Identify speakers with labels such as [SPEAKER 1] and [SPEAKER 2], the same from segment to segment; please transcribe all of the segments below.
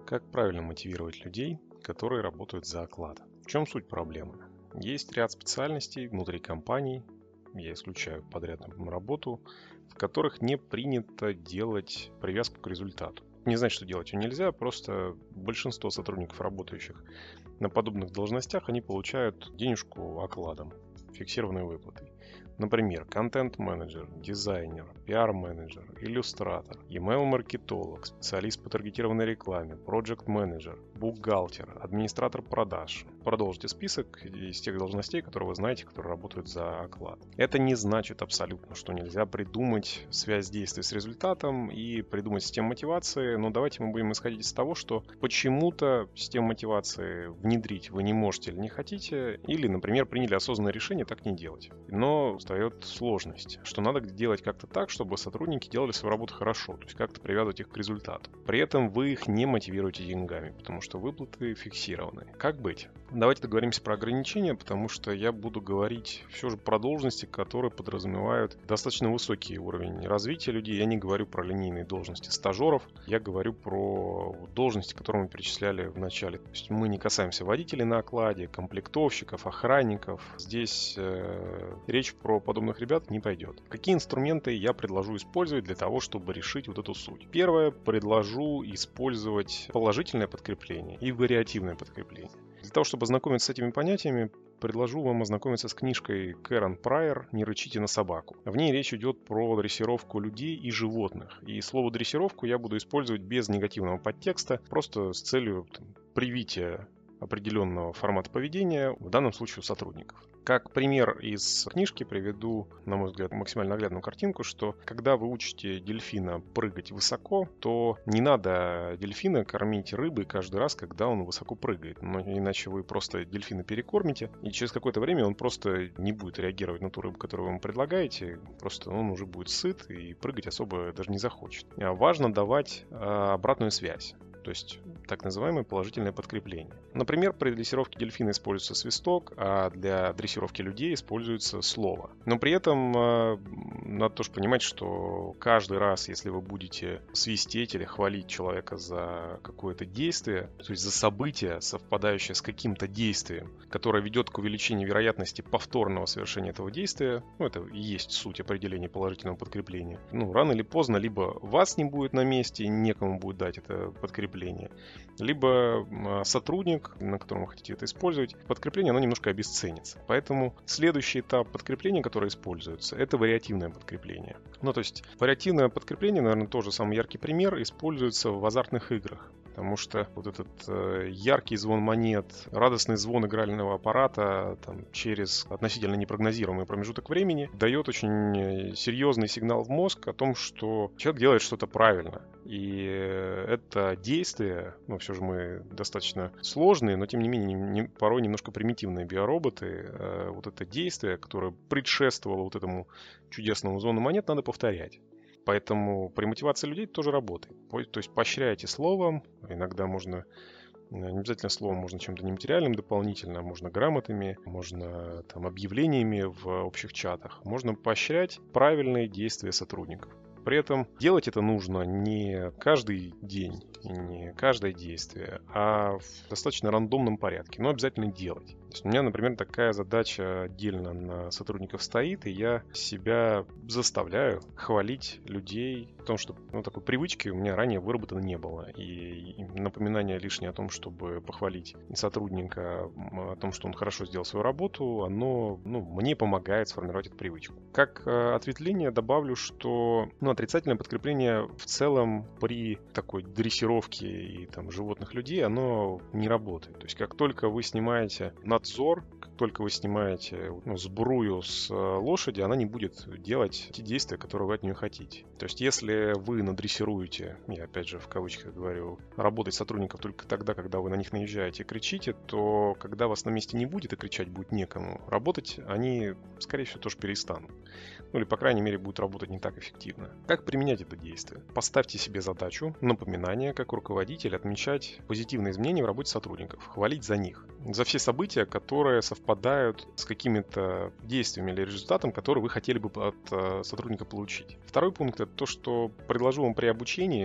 [SPEAKER 1] Как правильно мотивировать людей, которые работают за оклад? В чем суть проблемы? Есть ряд специальностей внутри компаний, я исключаю подрядную работу, в которых не принято делать привязку к результату. Не значит, что делать ее нельзя, просто большинство сотрудников, работающих на подобных должностях, они получают денежку окладом, фиксированной выплатой. Например, контент-менеджер, дизайнер, пиар-менеджер, иллюстратор, email-маркетолог, специалист по таргетированной рекламе, проект-менеджер, бухгалтер, администратор продаж. Продолжите список из тех должностей, которые вы знаете, которые работают за оклад. Это не значит абсолютно, что нельзя придумать связь действий с результатом и придумать систему мотивации, но давайте мы будем исходить из того, что почему-то систему мотивации внедрить вы не можете или не хотите, или, например, приняли осознанное решение так не делать. Но встает сложность, что надо делать как-то так, чтобы сотрудники делали свою работу хорошо, то есть как-то привязывать их к результату. При этом вы их не мотивируете деньгами, потому что выплаты фиксированы. Как быть? Давайте договоримся про ограничения, потому что я буду говорить все же про должности, которые подразумевают достаточно высокий уровень развития людей. Я не говорю про линейные должности стажеров, я говорю про должности, которые мы перечисляли в начале. То есть мы не касаемся водителей на окладе, комплектовщиков, охранников. Здесь речь про подобных ребят не пойдет. Какие инструменты я предложу использовать для того, чтобы решить вот эту суть? Первое, предложу использовать положительное подкрепление и вариативное подкрепление. Для того, чтобы ознакомиться с этими понятиями, предложу вам ознакомиться с книжкой Кэрон Прайер «Не рычите на собаку». В ней речь идет про дрессировку людей и животных. И слово «дрессировку» я буду использовать без негативного подтекста, просто с целью привития определенного формата поведения, в данном случае у сотрудников. Как пример из книжки приведу, на мой взгляд, максимально наглядную картинку, что когда вы учите дельфина прыгать высоко, то не надо дельфина кормить рыбой каждый раз, когда он высоко прыгает. Но иначе вы просто дельфина перекормите, и через какое-то время он просто не будет реагировать на ту рыбу, которую вы ему предлагаете, просто он уже будет сыт и прыгать особо даже не захочет. Важно давать обратную связь. То есть так называемое положительное подкрепление. Например, при дрессировке дельфина используется свисток, а для дрессировки людей используется слово. Но при этом надо тоже понимать, что каждый раз, если вы будете свистеть или хвалить человека за какое-то действие, то есть за событие, совпадающее с каким-то действием, которое ведет к увеличению вероятности повторного совершения этого действия, это и есть суть определения положительного подкрепления, рано или поздно либо вас не будет на месте и некому будет дать это подкрепление, либо сотрудник, на котором вы хотите это использовать, подкрепление, оно немножко обесценится. Поэтому следующий этап подкрепления, который используется, это вариативное подкрепление. То есть вариативное подкрепление, наверное, тоже самый яркий пример, используется в азартных играх. Потому что вот этот яркий звон монет, радостный звон игрального аппарата через относительно непрогнозируемый промежуток времени дает очень серьезный сигнал в мозг о том, что человек делает что-то правильно. И это действие, все же мы достаточно сложные, но тем не менее порой немножко примитивные биороботы, вот это действие, которое предшествовало вот этому чудесному звону монет, надо повторять. Поэтому при мотивации людей тоже работает. То есть поощряйте словом, иногда можно, не обязательно словом, можно чем-то нематериальным дополнительно, можно грамотами, можно объявлениями в общих чатах, можно поощрять правильные действия сотрудников. При этом делать это нужно не каждый день и не каждое действие, а в достаточно рандомном порядке, но обязательно делать. То есть у меня, например, такая задача отдельно на сотрудников стоит, и я себя заставляю хвалить людей в том, что такой привычки у меня ранее выработано не было. И напоминание лишнее о том, чтобы похвалить сотрудника о том, что он хорошо сделал свою работу, оно мне помогает сформировать эту привычку. Как ответвление добавлю, что отрицательное подкрепление в целом при такой дрессировке и животных людей, оно не работает. То есть как только вы снимаете надзор, как только вы снимаете сбрую с лошади, она не будет делать те действия, которые вы от нее хотите. То есть если вы надрессируете, я опять же в кавычках говорю, работать сотрудников только тогда, когда вы на них наезжаете и кричите, то когда вас на месте не будет и кричать будет некому, работать они, скорее всего, тоже перестанут. Или, по крайней мере, будут работать не так эффективно. Как применять это действие? Поставьте себе задачу, напоминание, как руководитель, отмечать позитивные изменения в работе сотрудников, хвалить за них, за все события, которые совпадают с какими-то действиями или результатом, который вы хотели бы от сотрудника получить. Второй пункт — это то, что предложу вам при обучении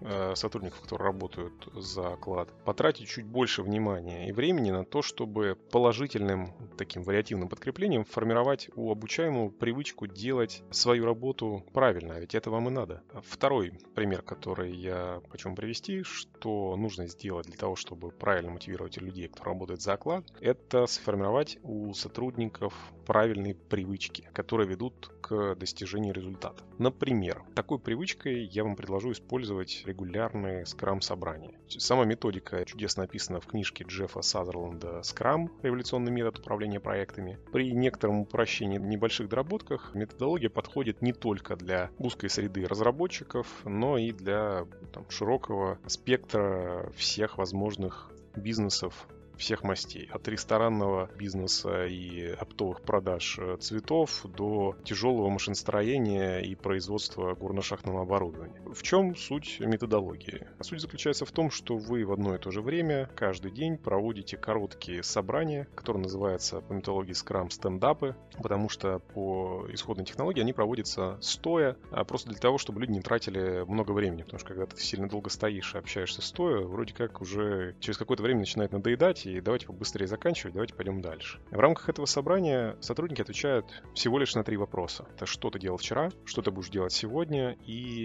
[SPEAKER 1] сотрудников, которые работают за оклад, потратить чуть больше внимания и времени на то, чтобы положительным таким вариативным подкреплением формировать у обучаемого привычку делать свою работу правильно, а ведь это вам и надо. Второй пример, который я хочу вам привести, что нужно сделать для того, чтобы правильно мотивировать людей, кто работает за оклад, это сформировать у сотрудников правильные привычки, которые ведут к достижению результата. Например, такой привычкой я вам предложу использовать регулярные скрам-собрания. Сама методика чудесно описана в книжке Джеффа Сазерленда «Скрам. Революционный метод управления проектами». При некотором упрощении в небольших доработках методология подходит не только для узкой среды разработчиков, но и для широкого спектра всех возможных бизнесов всех мастей. От ресторанного бизнеса и оптовых продаж цветов до тяжелого машиностроения и производства горно-шахтного оборудования. В чем суть методологии? Суть заключается в том, что вы в одно и то же время каждый день проводите короткие собрания, которые называются по методологии Scrum стендапы, потому что по исходной технологии они проводятся стоя, просто для того, чтобы люди не тратили много времени, потому что когда ты сильно долго стоишь и общаешься стоя, вроде как уже через какое-то время начинает надоедать, и давайте побыстрее заканчивать, давайте пойдем дальше. В рамках этого собрания сотрудники отвечают всего лишь на 3 вопроса. Это что ты делал вчера, что ты будешь делать сегодня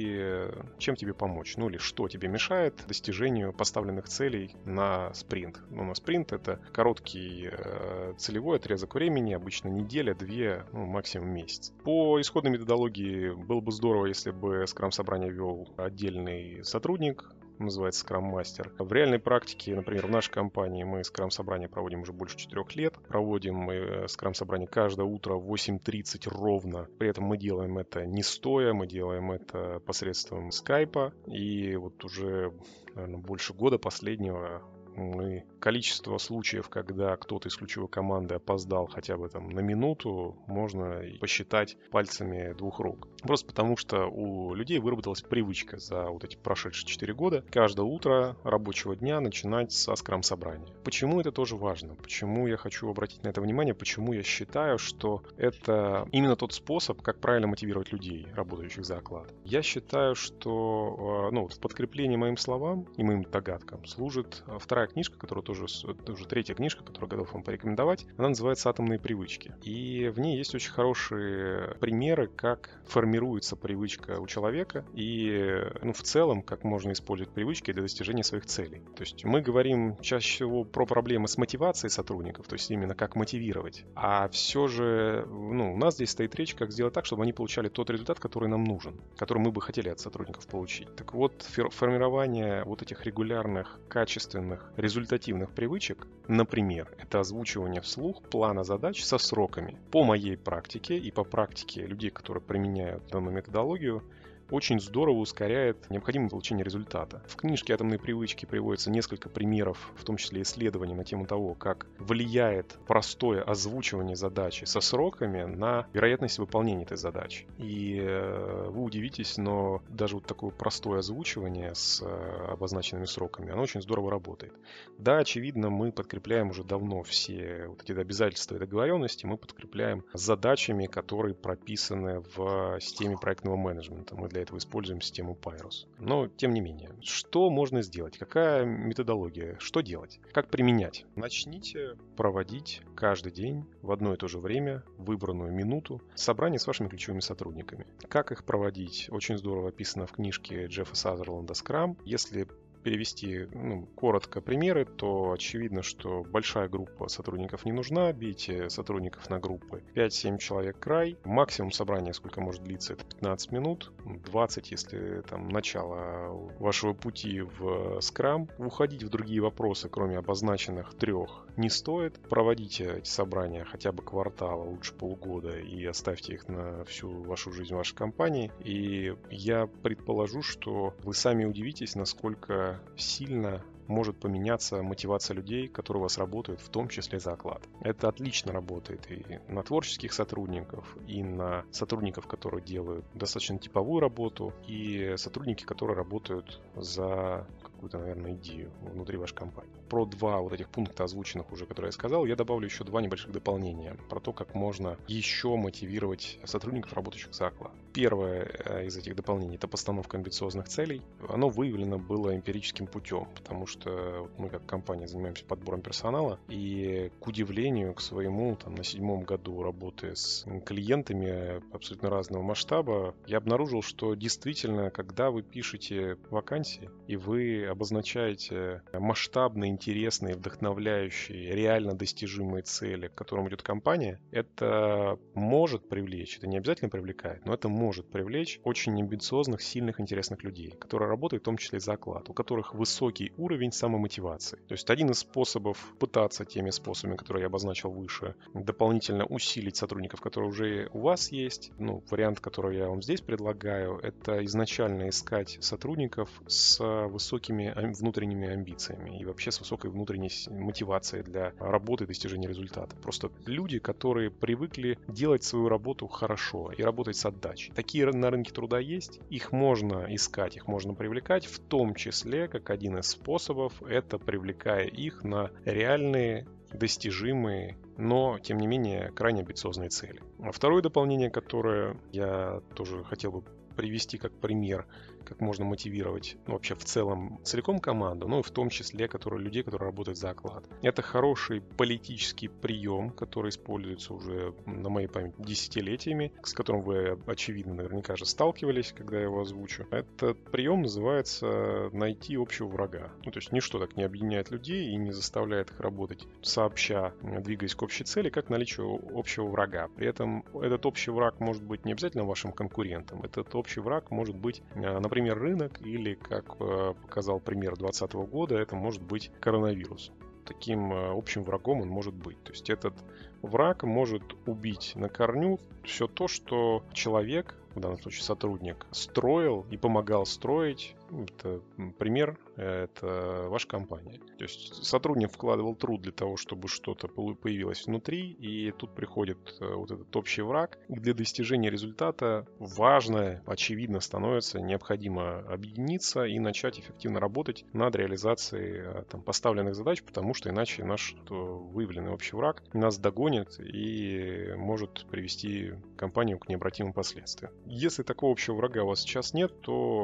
[SPEAKER 1] и чем тебе помочь. Ну или что тебе мешает достижению поставленных целей на спринт. На спринт это короткий целевой отрезок времени, обычно неделя, 2, максимум месяц. По исходной методологии было бы здорово, если бы скрам-собрание вел отдельный сотрудник, называется Scrum Master. В реальной практике, например, в нашей компании мы Scrum-собрание проводим уже больше 4 лет. Проводим мы Scrum-собрание каждое утро в 8:30 ровно. При этом мы делаем это не стоя, мы делаем это посредством скайпа. И вот уже, наверное, больше года последнего количество случаев, когда кто-то из ключевой команды опоздал хотя бы на минуту, можно посчитать пальцами 2 рук. Просто потому, что у людей выработалась привычка за вот эти прошедшие 4 года каждое утро рабочего дня начинать со скрам-собрания. Почему это тоже важно? Почему я хочу обратить на это внимание? Почему я считаю, что это именно тот способ, как правильно мотивировать людей, работающих за оклад? Я считаю, что в подкреплении моим словам и моим догадкам служит вторая книжка, которая тоже третья книжка, которую готов вам порекомендовать. Она называется «Атомные привычки». И в ней есть очень хорошие примеры, как формируется привычка у человека и, в целом, как можно использовать привычки для достижения своих целей. То есть мы говорим чаще всего про проблемы с мотивацией сотрудников, то есть именно как мотивировать. А все же, у нас здесь стоит речь, как сделать так, чтобы они получали тот результат, который нам нужен, который мы бы хотели от сотрудников получить. Так вот, формирование вот этих регулярных, качественных, результативных привычек, например, это озвучивание вслух плана задач со сроками. По моей практике и по практике людей, которые применяют данную методологию, очень здорово ускоряет необходимое получение результата. В книжке «Атомные привычки» приводится несколько примеров, в том числе исследований на тему того, как влияет простое озвучивание задачи со сроками на вероятность выполнения этой задачи. И вы удивитесь, но даже вот такое простое озвучивание с обозначенными сроками, оно очень здорово работает. Да, очевидно, мы подкрепляем уже давно все вот эти обязательства и договоренности, мы подкрепляем задачами, которые прописаны в системе проектного менеджмента. Мы для этого используем систему Pyrus. Но, тем не менее, что можно сделать? Какая методология? Что делать? Как применять? Начните проводить каждый день в одно и то же время, выбранную минуту, собрание с вашими ключевыми сотрудниками. Как их проводить? Очень здорово описано в книжке Джеффа Сазерленда «Скрам». Если перевести коротко примеры, то очевидно, что большая группа сотрудников не нужна. Бейте сотрудников на группы 5-7 человек край. Максимум собрания, сколько может длиться, это 15 минут. 20, если начало вашего пути в Scrum. Уходить в другие вопросы, кроме обозначенных 3, не стоит. Проводите эти собрания хотя бы квартал, лучше полгода, и оставьте их на всю вашу жизнь в вашей компании. И я предположу, что вы сами удивитесь, насколько сильно может поменяться мотивация людей, которые у вас работают, в том числе за оклад. Это отлично работает и на творческих сотрудников, и на сотрудников, которые делают достаточно типовую работу, и сотрудники, которые работают за какую-то, наверное, идею внутри вашей компании. Про два вот этих пункта озвученных уже, которые я сказал, я добавлю еще два небольших дополнения про то, как можно еще мотивировать сотрудников, работающих за оклад. Первое из этих дополнений — это постановка амбициозных целей. Оно выявлено было эмпирическим путем, потому что мы как компания занимаемся подбором персонала, и к удивлению, к своему, там, на 7-м году работы с клиентами абсолютно разного масштаба, я обнаружил, что действительно, когда вы пишете вакансии и вы обозначаете масштабные, интересные, вдохновляющие, реально достижимые цели, к которым идет компания, это может привлечь, это не обязательно привлекает, но это может привлечь очень амбициозных, сильных, интересных людей, которые работают в том числе за оклад, у которых высокий уровень самомотивации. То есть один из способов пытаться теми способами, которые я обозначил выше, дополнительно усилить сотрудников, которые уже у вас есть. Вариант, который я вам здесь предлагаю, это изначально искать сотрудников с высокими внутренними амбициями и вообще с высокой внутренней мотивацией для работы и достижения результата. Просто люди, которые привыкли делать свою работу хорошо и работать с отдачей. Такие на рынке труда есть, их можно искать, их можно привлекать, в том числе, как один из способов, это привлекая их на реальные, достижимые, но, тем не менее, крайне амбициозные цели. А второе дополнение, которое я тоже хотел бы привести как пример, как можно мотивировать вообще в целом целиком команду, и в том числе людей, которые работают за оклад. Это хороший политический прием, который используется уже на моей памяти десятилетиями, с которым вы, очевидно, наверняка же сталкивались, когда я его озвучу. Этот прием называется «найти общего врага». То есть ничто так не объединяет людей и не заставляет их работать сообща, двигаясь к общей цели, как наличие общего врага. При этом этот общий враг может быть не обязательно вашим конкурентом. Этот общий враг может быть, например, рынок, или, как показал пример 2020 года, это может быть коронавирус. Таким общим врагом он может быть. То есть этот враг может убить на корню все то, что человек, в данном случае сотрудник, строил и помогал строить. Это пример, это ваша компания. То есть сотрудник вкладывал труд для того, чтобы что-то появилось внутри, и тут приходит вот этот общий враг. И для достижения результата важно, очевидно, становится необходимо объединиться и начать эффективно работать над реализацией поставленных задач, потому что иначе наш выявленный общий враг нас догонит и может привести компанию к необратимым последствиям. Если такого общего врага у вас сейчас нет,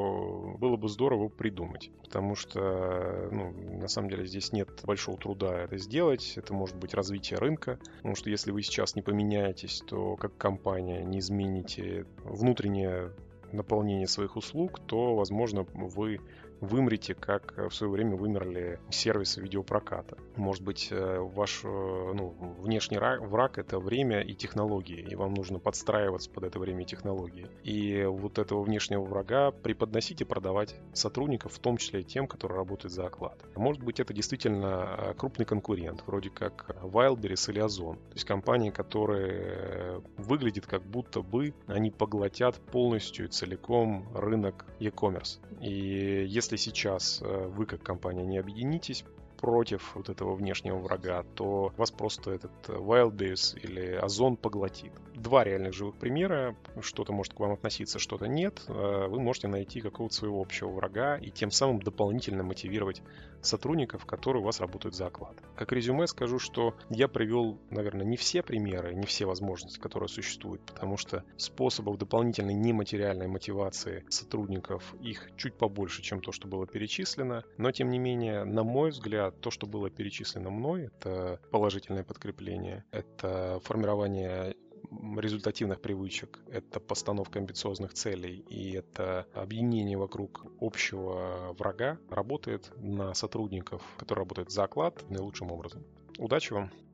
[SPEAKER 1] то было бы здорово придумать, потому что, на самом деле здесь нет большого труда это сделать, это может быть развитие рынка, потому что если вы сейчас не поменяетесь, то как компания не измените внутреннее наполнение своих услуг, то, возможно, вы вымрете, как в свое время вымерли сервисы видеопроката. Может быть, ваш внешний враг — это время и технологии, и вам нужно подстраиваться под это время и технологии. И вот этого внешнего врага преподносить и продавать сотрудников, в том числе и тем, которые работают за оклад. Может быть, это действительно крупный конкурент, вроде как Wildberries или Озон. То есть компании, которые выглядят как будто бы они поглотят полностью и целиком рынок e-commerce. И если сейчас вы как компания не объединитесь против вот этого внешнего врага, то вас просто этот Wildberries или Озон поглотит. Два реальных живых примера. Что-то может к вам относиться, что-то нет. Вы можете найти какого-то своего общего врага и тем самым дополнительно мотивировать сотрудников, которые у вас работают за оклад. Как резюме скажу, что я привел, наверное, не все примеры, не все возможности, которые существуют, потому что способов дополнительной нематериальной мотивации сотрудников их чуть побольше, чем то, что было перечислено. Но, тем не менее, на мой взгляд, то, что было перечислено мной, это положительное подкрепление, это формирование результативных привычек, это постановка амбициозных целей и это объединение вокруг общего врага работает на сотрудников, которые работают за оклад, наилучшим образом. Удачи вам!